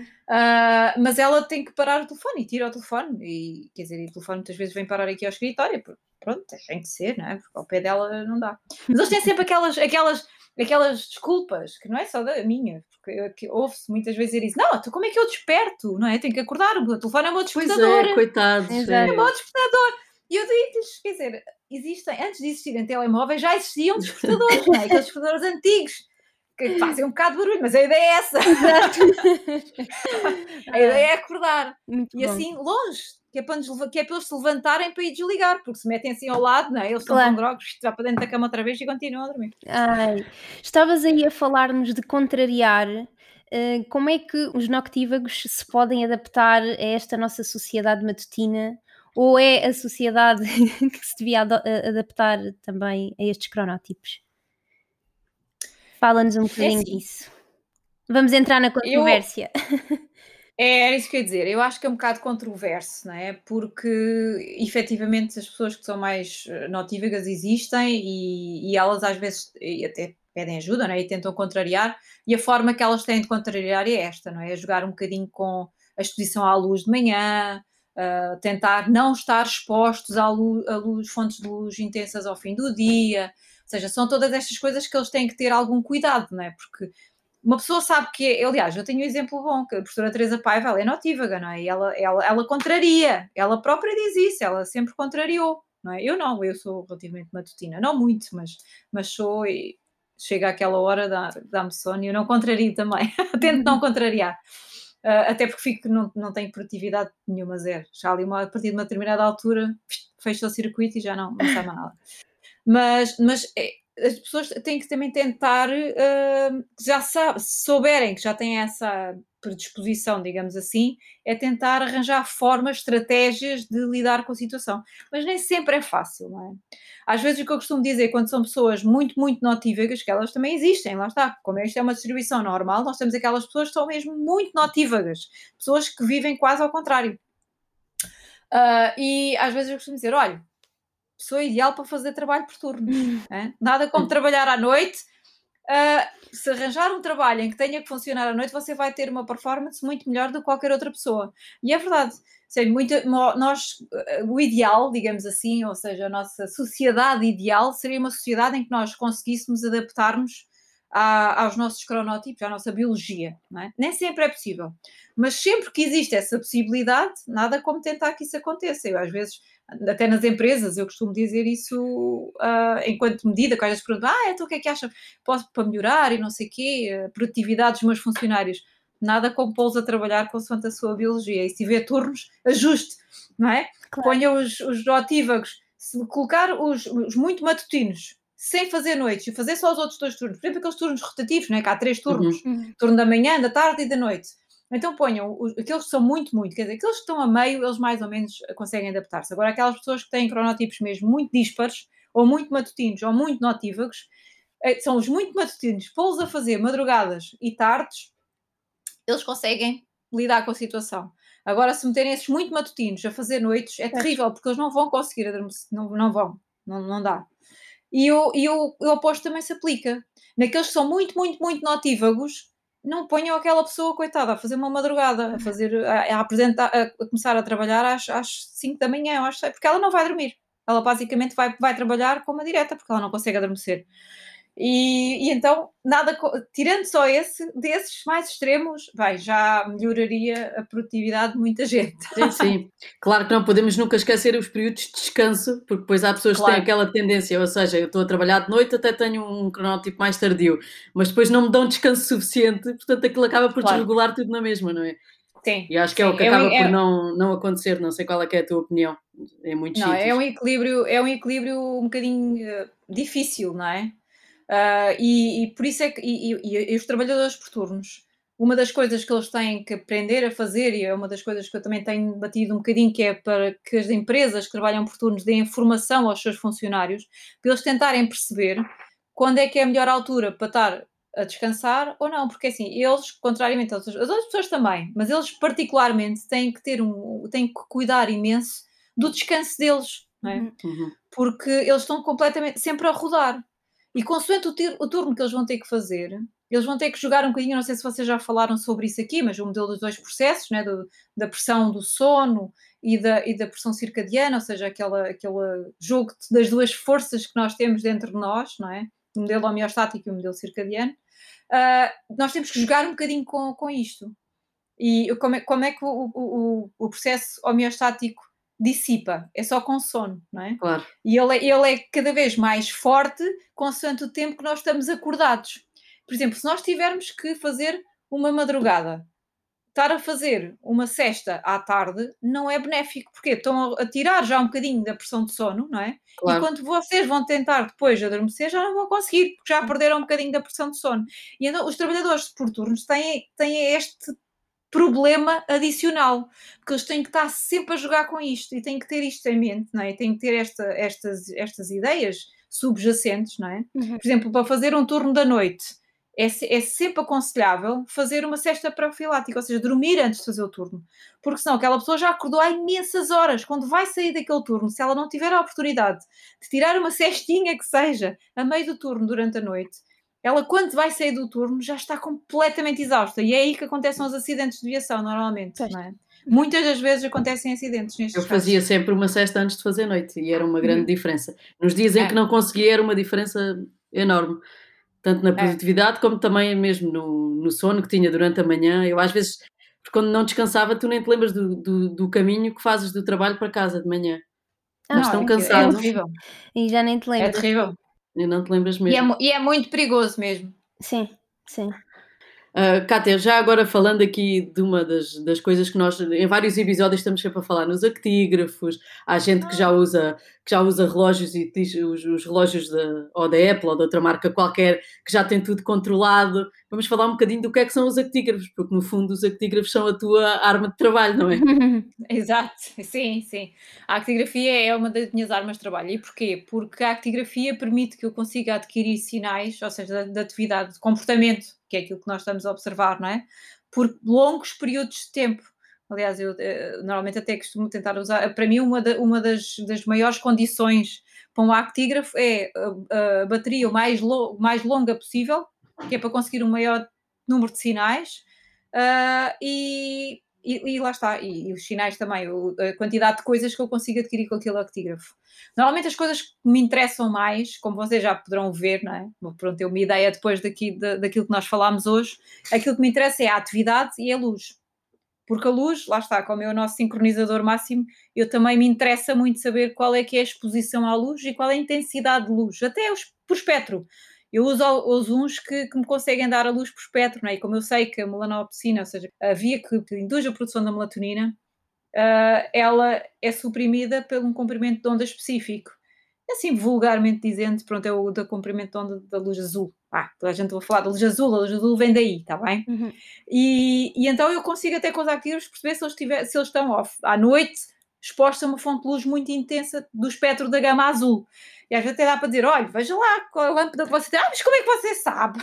Mas ela tem que parar o telefone e tira o telefone, e quer dizer, o telefone muitas vezes vem parar aqui ao escritório, porque pronto, tem que ser, não é? Porque ao pé dela não dá. Mas eles têm sempre aquelas desculpas, que não é só da minha, porque ouve-se muitas vezes dizer isso, não, então como é que eu desperto, não é? Tenho que acordar, o telefone é o meu despertador. Pois é, coitados. É o meu despertador. E eu digo-lhes, quer dizer, antes de existirem telemóveis, já existiam despertadores, não é? Aqueles despertadores antigos, que fazem um bocado de barulho, mas a ideia é essa. A ideia é acordar. Muito e bom. assim, longe, que é para eles se levantarem para ir desligar, porque se metem assim ao lado, não é? Eles Claro. estão tão grogos, já para dentro da cama outra vez e continuam a dormir. Estavas aí a falar-nos de contrariar. Como é que os noctívagos se podem adaptar a esta nossa sociedade matutina? Ou é a sociedade que se devia adaptar também a estes cronótipos? Fala-nos um bocadinho assim, disso. Vamos entrar na controvérsia. Era isso que eu ia dizer. Eu acho que é um bocado controverso, não é? Porque efetivamente as pessoas que são mais notívagas existem e elas às vezes e até pedem ajuda, não é? E tentam contrariar, e a forma que elas têm de contrariar é esta, não é? É jogar um bocadinho com a exposição à luz de manhã, tentar não estar expostos a fontes de luz intensas ao fim do dia. Ou seja, são todas estas coisas que eles têm que ter algum cuidado, não é? Porque uma pessoa sabe que aliás, eu tenho um exemplo bom, que a professora Teresa Paiva, ela é notívaga, não é? E ela contraria, ela própria diz isso, ela sempre contrariou, não é? Eu não, eu sou relativamente matutina, não muito, mas sou e chega àquela hora, dá-me sono e eu não contrario também, tento não contrariar. Até porque não tenho produtividade nenhuma, zero. Já ali a partir de uma determinada altura, fecho o circuito e já não sabe mais nada. Mas as pessoas têm que também tentar, já se souberem que já têm essa predisposição, digamos assim, é tentar arranjar formas, estratégias de lidar com a situação. Mas nem sempre é fácil, não é? Às vezes o que eu costumo dizer, quando são pessoas muito, muito notívagas, que elas também existem, lá está, como isto é uma distribuição normal, nós temos aquelas pessoas que são mesmo muito notívagas, pessoas que vivem quase ao contrário. E às vezes eu costumo dizer, olha, pessoa ideal para fazer trabalho por turnos. Nada como trabalhar à noite. Se arranjar um trabalho em que tenha que funcionar à noite, você vai ter uma performance muito melhor do que qualquer outra pessoa. E é verdade. O ideal, digamos assim, ou seja, a nossa sociedade ideal seria uma sociedade em que nós conseguíssemos adaptar-nos aos nossos cronótipos, à nossa biologia. Não é? Nem sempre é possível. Mas sempre que existe essa possibilidade, nada como tentar que isso aconteça. Eu, às vezes, até nas empresas, eu costumo dizer isso enquanto medida, que às vezes perguntam, então o que é que acha? Posso para melhorar e não sei o quê, a produtividade dos meus funcionários. Nada como pô-los a trabalhar consoante a sua biologia. E se tiver turnos, ajuste, não é? Claro. Ponha os notívagos. Se colocar os muito matutinos sem fazer noites e fazer só os outros 2 turnos, por exemplo, aqueles turnos rotativos, não é? Que há 3 turnos, turno da manhã, da tarde e da noite. Então ponham aqueles que são muito, quer dizer, aqueles que estão a meio, eles mais ou menos conseguem adaptar-se. Agora, aquelas pessoas que têm cronotipos mesmo muito dispares, ou muito matutinos, ou muito notívagos, são os muito matutinos, pô-los a fazer madrugadas e tardes, eles conseguem lidar com a situação. Agora, se meterem esses muito matutinos a fazer noites, é terrível, porque eles não vão conseguir adormecer, não vão, não dá. E o oposto também se aplica. Naqueles que são muito, muito, muito notívagos, não ponham aquela pessoa, coitada, a fazer uma madrugada, a começar a trabalhar às 5 da manhã, às 6, porque ela não vai dormir. Ela basicamente vai trabalhar com uma direta, porque ela não consegue adormecer. E então, tirando só desses mais extremos, já melhoraria a produtividade de muita gente. Sim. Claro que não podemos nunca esquecer os períodos de descanso, porque depois há pessoas que têm aquela tendência, ou seja, eu estou a trabalhar de noite, até tenho um cronótipo mais tardio, mas depois não me dão descanso suficiente, portanto aquilo acaba por desregular tudo na mesma, não é? Sim. E acho que é o que acaba por não acontecer, não sei qual é que é a tua opinião, em muitos sítios. É um equilíbrio um bocadinho difícil, não é? E por isso é que e os trabalhadores por turnos, uma das coisas que eles têm que aprender a fazer, e é uma das coisas que eu também tenho batido um bocadinho, que é para que as empresas que trabalham por turnos deem informação aos seus funcionários, para eles tentarem perceber quando é que é a melhor altura para estar a descansar ou não, porque assim, eles, contrariamente às outras pessoas também, mas eles particularmente têm que cuidar imenso do descanso deles, não é? Porque eles estão completamente sempre a rodar. E consoante o turno que eles vão ter que fazer, eles vão ter que jogar um bocadinho, não sei se vocês já falaram sobre isso aqui, mas o modelo dos 2 processos, né, da pressão do sono e da pressão circadiana, ou seja, aquele jogo das 2 forças que nós temos dentro de nós, não é? O modelo homeostático e o modelo circadiano. Nós temos que jogar um bocadinho com isto. E como é que o processo homeostático dissipa? É só com sono, não é? Claro. E ele é cada vez mais forte consoante o tempo que nós estamos acordados. Por exemplo, se nós tivermos que fazer uma madrugada, estar a fazer uma sesta à tarde não é benéfico, porque estão a tirar já um bocadinho da pressão de sono, não é? Claro. E quando vocês vão tentar depois adormecer, já não vão conseguir, porque já perderam um bocadinho da pressão de sono. E então os trabalhadores por turnos têm este problema adicional, porque eles têm que estar sempre a jogar com isto e têm que ter isto em mente, não é? E têm que ter estas ideias subjacentes, não é? Por exemplo, para fazer um turno da noite, é sempre aconselhável fazer uma sesta profilática, ou seja, dormir antes de fazer o turno, porque senão aquela pessoa já acordou há imensas horas. Quando vai sair daquele turno, se ela não tiver a oportunidade de tirar uma cestinha que seja a meio do turno durante a noite, ela quando vai sair do turno já está completamente exausta, e é aí que acontecem os acidentes de viação normalmente, não é? Muitas das vezes acontecem acidentes nestes Eu fazia casos. sempre uma sesta antes de fazer noite e era uma grande diferença. Nos dias em que não conseguia era uma diferença enorme. tanto na É. produtividade como também mesmo no sono que tinha durante a manhã. Eu às vezes, quando não descansava, tu nem te lembras do caminho que fazes do trabalho para casa de manhã. Estás Não, tão é cansado terrível. E já nem te É lembras. terrível. e não te lembras E mesmo. é muito perigoso mesmo. Sim, sim. Kátia, já agora falando aqui de uma das coisas que nós, em vários episódios, estamos sempre a falar nos actígrafos, há gente que já usa relógios e diz os relógios ou da Apple ou de outra marca qualquer, que já tem tudo controlado. Vamos falar um bocadinho do que é que são os actígrafos, porque no fundo os actígrafos são a tua arma de trabalho, não é? Exato, sim, sim. A actigrafia é uma das minhas armas de trabalho. E porquê? Porque a actigrafia permite que eu consiga adquirir sinais, ou seja, da atividade, de comportamento, que é aquilo que nós estamos a observar, não é? Por longos períodos de tempo. Aliás, eu normalmente até costumo tentar usar. Para mim, uma das maiores condições para um actígrafo é a bateria o mais longa possível, que é para conseguir um maior número de sinais. E lá está, e os sinais também, a quantidade de coisas que eu consigo adquirir com aquele actígrafo. Normalmente as coisas que me interessam mais, como vocês já poderão ver, não é? Pronto, ter uma ideia depois daquilo que nós falámos hoje, aquilo que me interessa é a atividade e a luz. Porque a luz, lá está, como é o nosso sincronizador máximo, eu também me interessa muito saber qual é que é a exposição à luz e qual é a intensidade de luz, até por espectro. Eu uso uns que me conseguem dar a luz por espectro, não é? E como eu sei que a melanopsina, ou seja, a via que induz a produção da melatonina, ela é suprimida por um comprimento de onda específico. Assim, vulgarmente dizendo, pronto, é o da comprimento de onda da luz azul. Toda a gente vai falar da luz azul, a luz azul vem daí, está bem? Uhum. E então eu consigo até com os actígrafos perceber se eles estão off à noite expostos a uma fonte de luz muito intensa do espectro da gama azul. E às vezes até dá para dizer, olha, veja lá qual é a lâmpada que você tem. Mas como é que você sabe?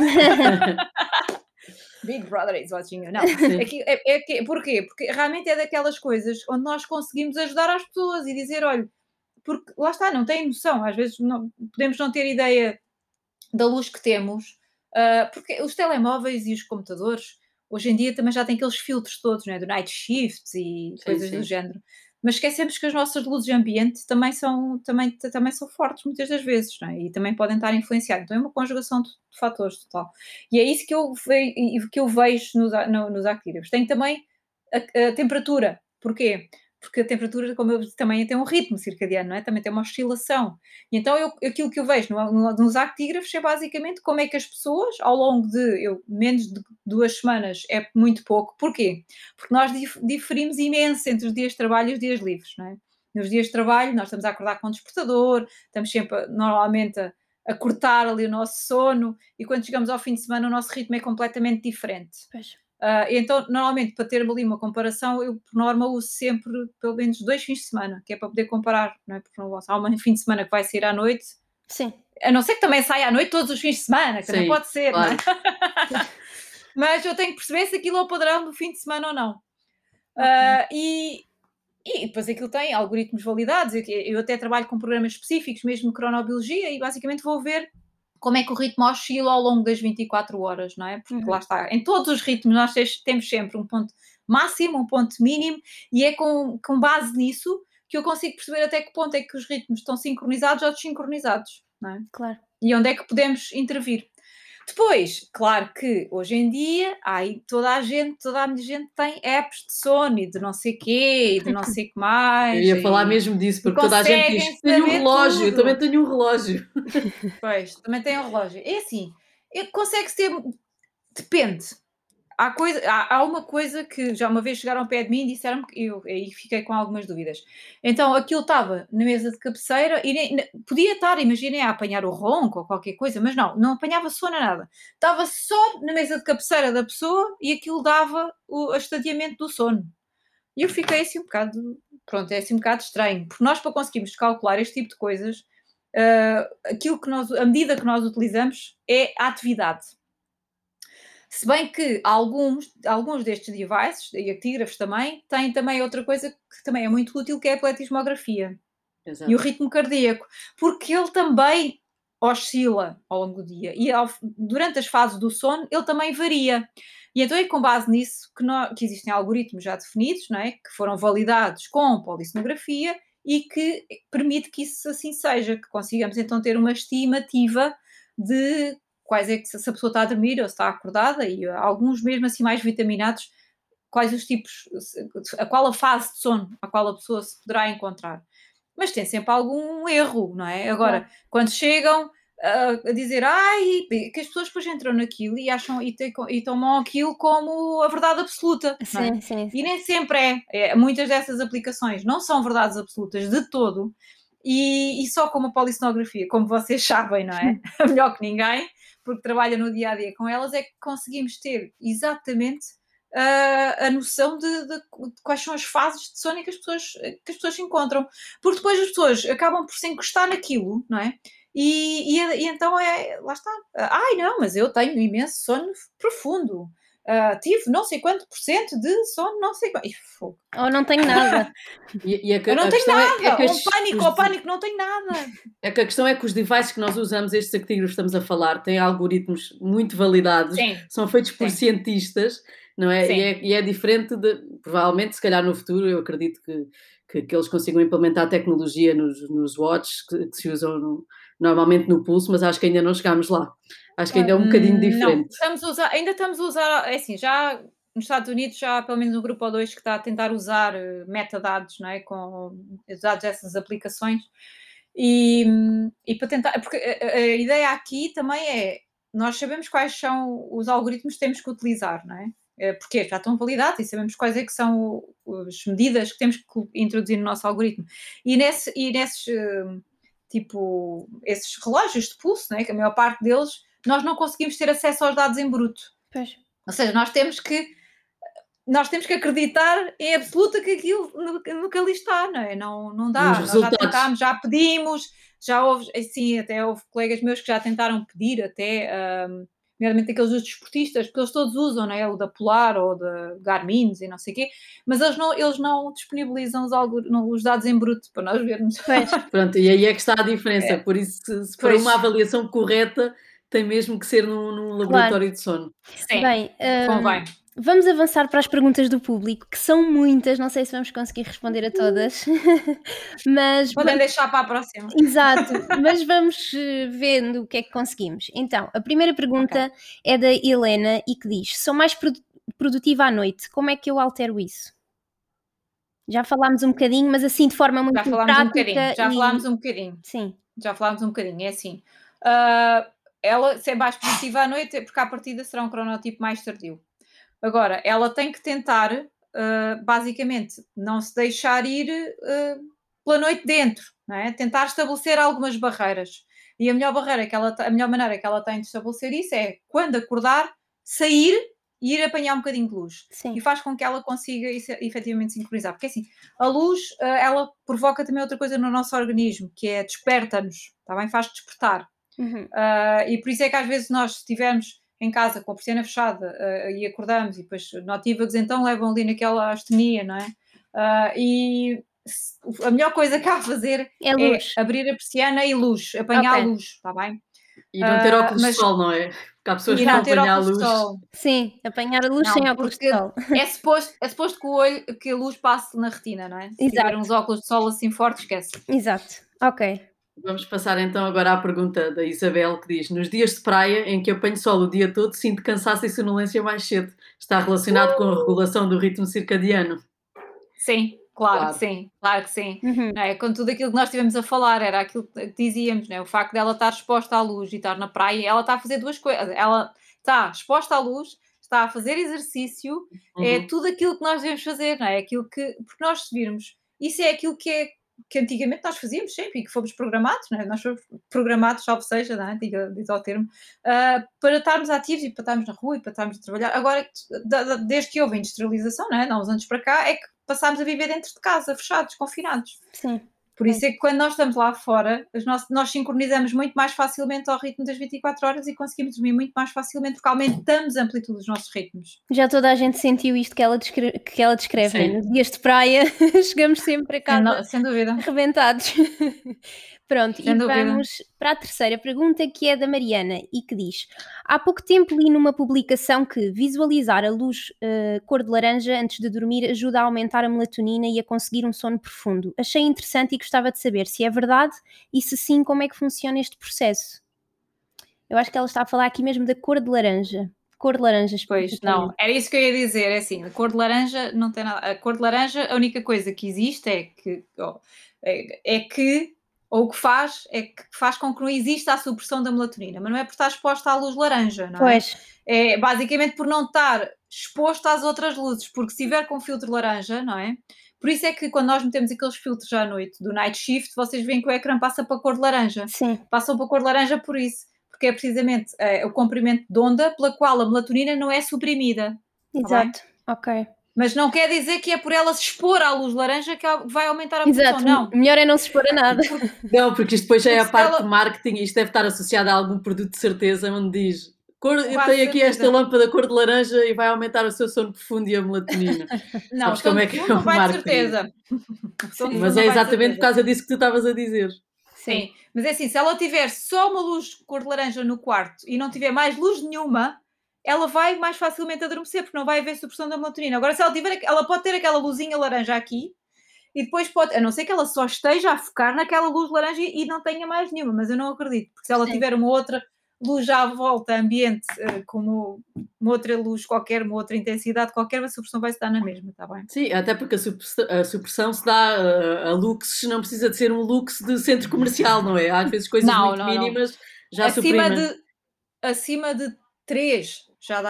Big Brother is watching you. Não, porquê? Porque realmente é daquelas coisas onde nós conseguimos ajudar as pessoas e dizer, olha, porque lá está, não têm noção, às vezes podemos não ter ideia da luz que temos, porque os telemóveis e os computadores hoje em dia também já têm aqueles filtros todos, não é? Do night shifts e coisas do género. Mas esquecemos que as nossas luzes de ambiente também são fortes muitas das vezes, não é? E também podem estar a influenciar. Então é uma conjugação de fatores total. E é isso que eu vejo nos actígrafos. Tem também a temperatura. Porquê? Porque a temperatura, como eu disse, também tem um ritmo circadiano, não é? Também tem uma oscilação. E então aquilo que eu vejo nos actígrafos é basicamente como é que as pessoas, ao longo de menos de 2 semanas, é muito pouco. Porquê? Porque nós diferimos imenso entre os dias de trabalho e os dias livres, não é? Nos dias de trabalho nós estamos a acordar com o despertador, estamos sempre normalmente a cortar ali o nosso sono, e quando chegamos ao fim de semana o nosso ritmo é completamente diferente. Pois. Então, normalmente, para ter ali uma comparação, eu, por norma, uso sempre pelo menos 2 fins de semana, que é para poder comparar, não é? Porque há um fim de semana que vai sair à noite, Sim. a não ser que também saia à noite todos os fins de semana, que também Sim, pode ser, claro. não é? Mas eu tenho que perceber se aquilo é o padrão do fim de semana ou não. E depois aquilo tem algoritmos validados. Eu até trabalho com programas específicos, mesmo de cronobiologia, e basicamente vou ver como é que o ritmo oscila ao longo das 24 horas, não é? Porque lá está, em todos os ritmos nós temos sempre um ponto máximo, um ponto mínimo, e é com base nisso que eu consigo perceber até que ponto é que os ritmos estão sincronizados ou desincronizados, não é? Claro. E onde é que podemos intervir. Depois, claro que hoje em dia toda a minha gente tem apps de sono e de não sei quê e de não sei o que mais. Eu ia falar mesmo disso, porque toda a gente diz: conseguem tenho um saber relógio, eu tudo. também tenho um relógio. Pois, também tem um relógio. É assim, consegue-se ter. Depende. Há uma coisa que já uma vez chegaram ao pé de mim e disseram-me que eu aí fiquei com algumas dúvidas. Então aquilo estava na mesa de cabeceira e podia estar, imaginem, a apanhar o ronco ou qualquer coisa, mas não apanhava sono a nada. Estava só na mesa de cabeceira da pessoa e aquilo dava o estadiamento do sono. E eu fiquei assim um bocado, pronto, é assim um bocado estranho, porque nós para conseguirmos calcular este tipo de coisas, a medida que nós utilizamos é a atividade. Se bem que alguns destes devices, e actígrafos também, têm também outra coisa que também é muito útil, que é a pletismografia. Exato. E o ritmo cardíaco, porque ele também oscila ao longo do dia. E durante as fases do sono, ele também varia. E então é com base nisso que existem algoritmos já definidos, não é? Que foram validados com polissonografia e que permite que isso assim seja, que consigamos então ter uma estimativa de quais é que, se a pessoa está a dormir ou se está acordada, e alguns mesmo assim mais vitaminados, quais os tipos, a qual a fase de sono a qual a pessoa se poderá encontrar. Mas tem sempre algum erro, não é? Agora, Claro. quando chegam a dizer, ai, que as pessoas depois entram naquilo e acham e tomam aquilo como a verdade absoluta, não é? Sim, sim, E sim. nem sempre é. Muitas dessas aplicações não são verdades absolutas de todo, e só com uma polissonografia, como vocês sabem, não é? Melhor que ninguém, porque trabalha no dia a dia com elas, é que conseguimos ter exatamente a noção de quais são as fases de sono que as pessoas encontram. Porque depois as pessoas acabam por se encostar naquilo, não é? E então lá está. Ai, não, mas eu tenho imenso sono profundo. Tive não sei quanto por cento de sono, não sei quanto. Fogo. Ou não tenho nada. E Eu não a tenho questão é nada. que Um pânico ao pânico, não tenho nada. é que a questão é que os devices que nós usamos, estes a que estamos a falar, têm algoritmos muito validados, Sim, são feitos por sim, cientistas, não é? sim. E é diferente de, provavelmente, se calhar no futuro, eu acredito que eles consigam implementar tecnologia nos watches que se usam normalmente no pulso, mas acho que ainda não chegámos lá. Acho que ainda é um bocadinho Não, diferente. ainda estamos a usar, é assim, já nos Estados Unidos já há pelo menos um grupo ou dois que está a tentar usar metadados, não é? Com os dados dessas aplicações e para tentar, porque a ideia aqui também é, nós sabemos quais são os algoritmos que temos que utilizar, não é? Porque já estão validados e sabemos quais é que são as medidas que temos que introduzir no nosso algoritmo. E nesses, tipo, esses relógios de pulso, não é? Que a maior parte deles nós não conseguimos ter acesso aos dados em bruto. Pois. Ou seja, nós temos que acreditar em absoluto que aquilo no que ali está, não é? Não dá. Nos Nós já resultados. tentámos, já pedimos, já houve, assim, até houve colegas meus que já tentaram pedir até, nomeadamente aqueles dos desportistas, porque eles todos usam, não é? O da Polar ou da Garmin e não sei o quê, mas eles não disponibilizam os dados em bruto para nós vermos. Pois. Pronto, e aí é que está a diferença. É. Por isso, se para Pois. uma avaliação correta, tem mesmo que ser num laboratório de sono. Sim, Bem, convém. vamos avançar para as perguntas do público, que são muitas, não sei se vamos conseguir responder a todas, mas Podem deixar para a próxima. exato, mas vamos vendo o que é que conseguimos. Então, a primeira pergunta é da Helena e que diz: sou mais produtiva à noite, como é que eu altero isso? Já falámos um bocadinho, mas assim de forma muito Já falámos um prática bocadinho, já e falámos um bocadinho. sim, Já falámos um bocadinho, é assim. Ela ser mais produtiva à noite é porque à partida será um cronotipo mais tardio. Agora, ela tem que tentar, basicamente, não se deixar ir pela noite dentro, não é? Tentar estabelecer algumas barreiras. E a melhor maneira que ela tem de estabelecer isso é, quando acordar, sair e ir apanhar um bocadinho de luz. sim. E faz com que ela consiga efetivamente sincronizar. Porque assim, a luz, ela provoca também outra coisa no nosso organismo, que é desperta-nos, está bem? Faz despertar. Uhum. E por isso é que às vezes nós, se estivermos em casa com a persiana fechada e acordamos e depois notívagos, então levam ali naquela astenia, não é? E a melhor coisa que há a fazer É é luz. abrir a persiana e luz, apanhar Ok. luz, está bem? E não ter óculos mas- de sol, não é? Porque há pessoas E que não vão ter apanhar a óculos de luz. sol. Sim, apanhar a luz Não, sem óculos de porque sol. é suposto que a luz passe na retina, não é? Se Exato. tiver uns óculos de sol assim fortes, esquece. Exato. Ok. Vamos passar então agora à pergunta da Isabel, que diz: nos dias de praia em que apanho sol o dia todo, sinto cansaço e sonolência mais cedo. Está relacionado com a regulação do ritmo circadiano? Sim, claro Claro. que sim, claro que sim. Uhum. Não é? Com tudo aquilo que nós estivemos a falar, era aquilo que dizíamos, não é? O facto dela estar exposta à luz e estar na praia, ela está a fazer duas coisas. Ela está exposta à luz, está a fazer exercício, é Uhum. tudo aquilo que nós devemos fazer, não é? Porque nós se virmos, isso é aquilo que antigamente nós fazíamos sempre e que fomos programados, não é? Nós fomos programados, salvo seja, não é? Diz ao termo, para estarmos ativos e para estarmos na rua e para estarmos a trabalhar. Agora, desde que houve a industrialização, não é? Há uns anos para cá, é que passámos a viver dentro de casa, fechados, confinados. Sim. Por isso é que quando nós estamos lá fora, nós sincronizamos muito mais facilmente ao ritmo das 24 horas e conseguimos dormir muito mais facilmente porque aumentamos a amplitude dos nossos ritmos. Já toda a gente sentiu isto que ela descreve, né? Sim. Nos dias de praia chegamos sempre a casa Sem dúvida. arrebentados. Pronto, Sem e dúvida. vamos para a terceira pergunta, que é da Mariana e que diz: há pouco tempo li numa publicação que visualizar a luz cor de laranja antes de dormir ajuda a aumentar a melatonina e a conseguir um sono profundo. Achei interessante e gostava de saber se é verdade e se sim, como é que funciona este processo. Eu acho que ela está a falar aqui mesmo da cor de laranja. Cor de laranja, Pois, não, especificamente. era isso que eu ia dizer, é assim, a cor de laranja não tem nada, a cor de laranja, a única coisa que existe é que, ou o que faz, é que faz com que não exista a supressão da melatonina, mas não é por estar exposta à luz laranja, não é? Pois, É basicamente por não estar exposto às outras luzes, porque se tiver com filtro laranja, não é? Por isso é que quando nós metemos aqueles filtros à noite do night shift, vocês veem que o ecrã passa para a cor de laranja. sim, Passam para a cor de laranja por isso, porque é precisamente o comprimento de onda pela qual a melatonina não é suprimida. Tá bem? exato. Ok. Mas não quer dizer que é por ela se expor à luz laranja que vai aumentar a produção, Exato. não. Melhor é não se expor a nada. Não, porque isto depois já é a Porque se parte ela- de marketing e isto deve estar associado a algum produto de certeza onde diz eu Quase tenho aqui esta certeza. lâmpada cor de laranja e vai aumentar o seu sono profundo e a melatonina. Não, Sabes como sono é que é profundo o não vai de marketing? certeza. Sono Mas profundo é não vai de exatamente por certeza. causa disso que tu estavas a dizer. Sim, mas é assim, se ela tiver só uma luz cor de laranja no quarto e não tiver mais luz nenhuma, ela vai mais facilmente adormecer, porque não vai haver supressão da melatonina. Agora, se ela tiver, ela pode ter aquela luzinha laranja aqui e depois pode, a não ser que ela só esteja a focar naquela luz laranja e não tenha mais nenhuma, mas eu não acredito, porque se ela Sim. tiver uma outra luz já à volta, ambiente, como uma outra luz qualquer, uma outra intensidade qualquer, a supressão vai se dar na mesma, está bem? Sim, até porque a supressão se dá a luxos, não precisa de ser um luxo de centro comercial, não é? Às vezes coisas Não, muito não, não. mínimas já Acima suprimem. acima de 3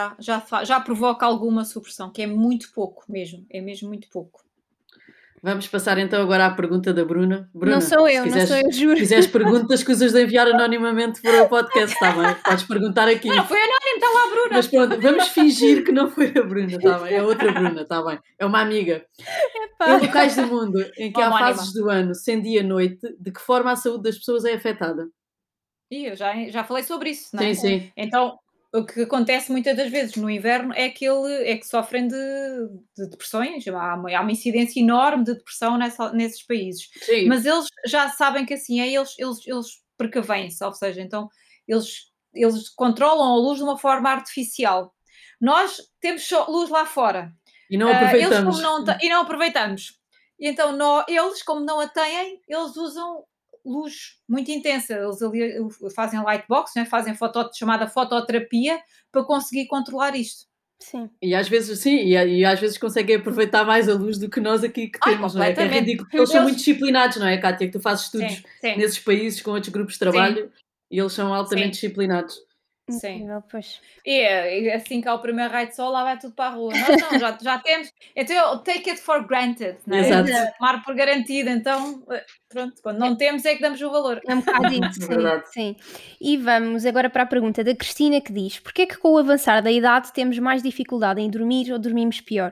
já provoca alguma supressão, que é muito pouco mesmo, é mesmo muito pouco. Vamos passar então agora à pergunta da Bruna. Bruna, Não sou se eu, Se juro. quiseres perguntas, escusas de enviar anonimamente para o podcast, está bem? Podes perguntar aqui. Não, foi anónimo, está lá a Bruna. Mas pronto, vamos fingir que não foi a Bruna, está bem? É outra Bruna, está bem? É uma amiga. Epá. Em locais do mundo em que há Homónima. fases do ano, sem dia e noite, de que forma a saúde das pessoas é afetada? E eu já falei sobre isso, não é? Sim, sim. Então, o que acontece muitas das vezes no inverno é que sofrem de depressões, há uma incidência enorme de depressão nesses países. Sim. Mas eles já sabem que assim é, eles precavêm-se, ou seja, então eles controlam a luz de uma forma artificial. Nós temos só luz lá fora. E não Eles aproveitamos. e não aproveitamos. E então eles, como não a têm, eles usam luz muito intensa. Eles ali fazem lightbox, né? Fazem chamada fototerapia para conseguir controlar isto. Sim. E às vezes, sim, e às vezes conseguem aproveitar mais a luz do que nós aqui que temos, não é? Que é completamente. ridículo, porque eles são muito disciplinados, não é, Kátia? Que tu fazes estudos Sim. nesses países com outros grupos de trabalho e eles são altamente Sim. disciplinados. Sim. Incrível, pois. E assim que há o primeiro raio de sol, lá vai tudo para a rua. Nós não, já temos. Então eu take it for granted, não é? Exato. Tomar por garantido. Então, pronto, quando não temos é que damos o valor. É um bocado isso, Verdade. sim. E vamos agora para a pergunta da Cristina que diz: porquê é que com o avançar da idade temos mais dificuldade em dormir ou dormimos pior?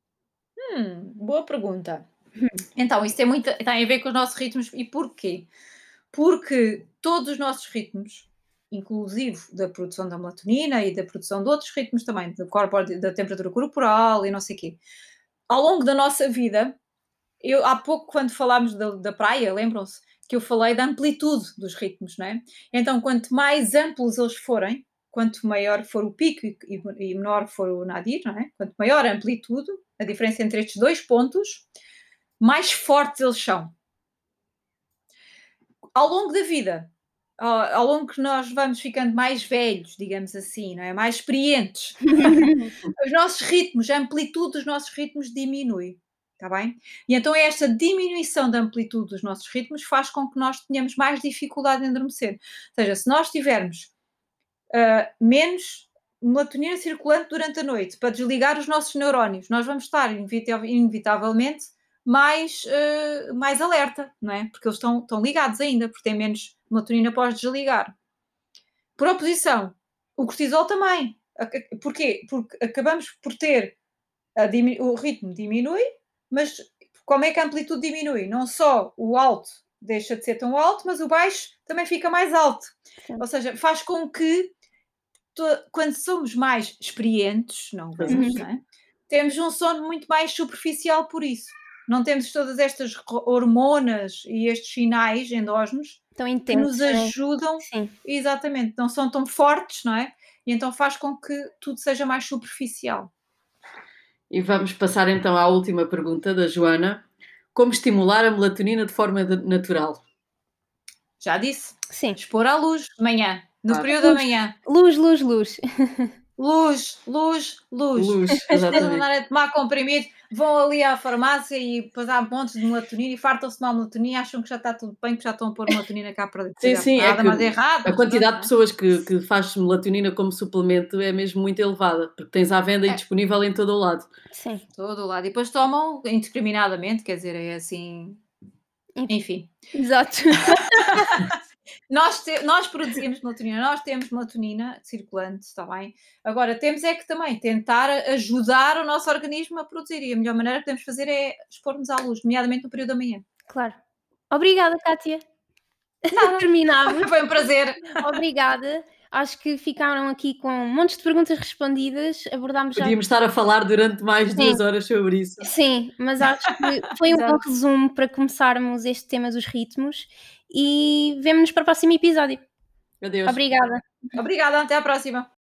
Boa pergunta. Então, isso tem a ver com os nossos ritmos. E porquê? Porque todos os nossos ritmos, inclusive da produção da melatonina e da produção de outros ritmos também, da temperatura corporal e não sei o quê, ao longo da nossa vida, há pouco, quando falámos da praia, lembram-se que eu falei da amplitude dos ritmos, não é? Então, quanto mais amplos eles forem, quanto maior for o pico e menor for o nadir, não é? Quanto maior a amplitude, a diferença entre estes dois pontos, mais fortes eles são. Ao longo da vida, ao longo que nós vamos ficando mais velhos, digamos assim, não é? Mais experientes, os nossos ritmos, a amplitude dos nossos ritmos diminui, está bem? E então esta diminuição da amplitude dos nossos ritmos faz com que nós tenhamos mais dificuldade em adormecer. Ou seja, se nós tivermos menos melatonina circulante durante a noite para desligar os nossos neurónios, nós vamos estar inevitavelmente mais alerta, não é? Porque eles estão ligados ainda, porque têm menos melatonina para os desligar. Por oposição, o cortisol também. Porquê? Porque acabamos por ter o ritmo diminui, mas como é que a amplitude diminui? Não só o alto deixa de ser tão alto, mas o baixo também fica mais alto. Sim. Ou seja, faz com que quando somos mais experientes, não velhos, não é? Temos um sono muito mais superficial por isso. Não temos todas estas hormonas e estes sinais endógenos Tão que intensos. nos ajudam, Sim. exatamente, não são tão fortes, não é? E então faz com que tudo seja mais superficial. E vamos passar então à última pergunta da Joana. Como estimular a melatonina de forma natural? Já disse, Sim. expor à luz de manhã. No Claro. período da manhã. Luz. Luz. Luz, As pessoas exatamente. andarem a tomar comprimidos, vão ali à farmácia e depois há montes de melatonina e fartam-se de tomar melatonina e acham que já está tudo bem, que já estão a pôr melatonina cá para dentro. Sim, é Nada que mais errado. a mas quantidade de pronto, pessoas que faz melatonina como suplemento é mesmo muito elevada, porque tens à venda e É. disponível em todo o lado. Sim. Todo o lado. E depois tomam indiscriminadamente, quer dizer, é assim. Enfim. Exato. Nós produzimos melatonina, nós temos melatonina circulante, está bem? Agora, temos é que também tentar ajudar o nosso organismo a produzir e a melhor maneira que podemos fazer é expor-nos à luz, nomeadamente no período da manhã. Claro. Obrigada, Kátia. Nada. Terminámos. Foi um prazer. Obrigada. Acho que ficaram aqui com montes de perguntas respondidas. Abordámos já. Podíamos estar a falar durante mais de 2 horas sobre isso. Sim, mas acho que foi um bom Exato. resumo para começarmos este tema dos ritmos e vemo-nos para o próximo episódio. Adeus. Obrigada. Obrigada, até à próxima.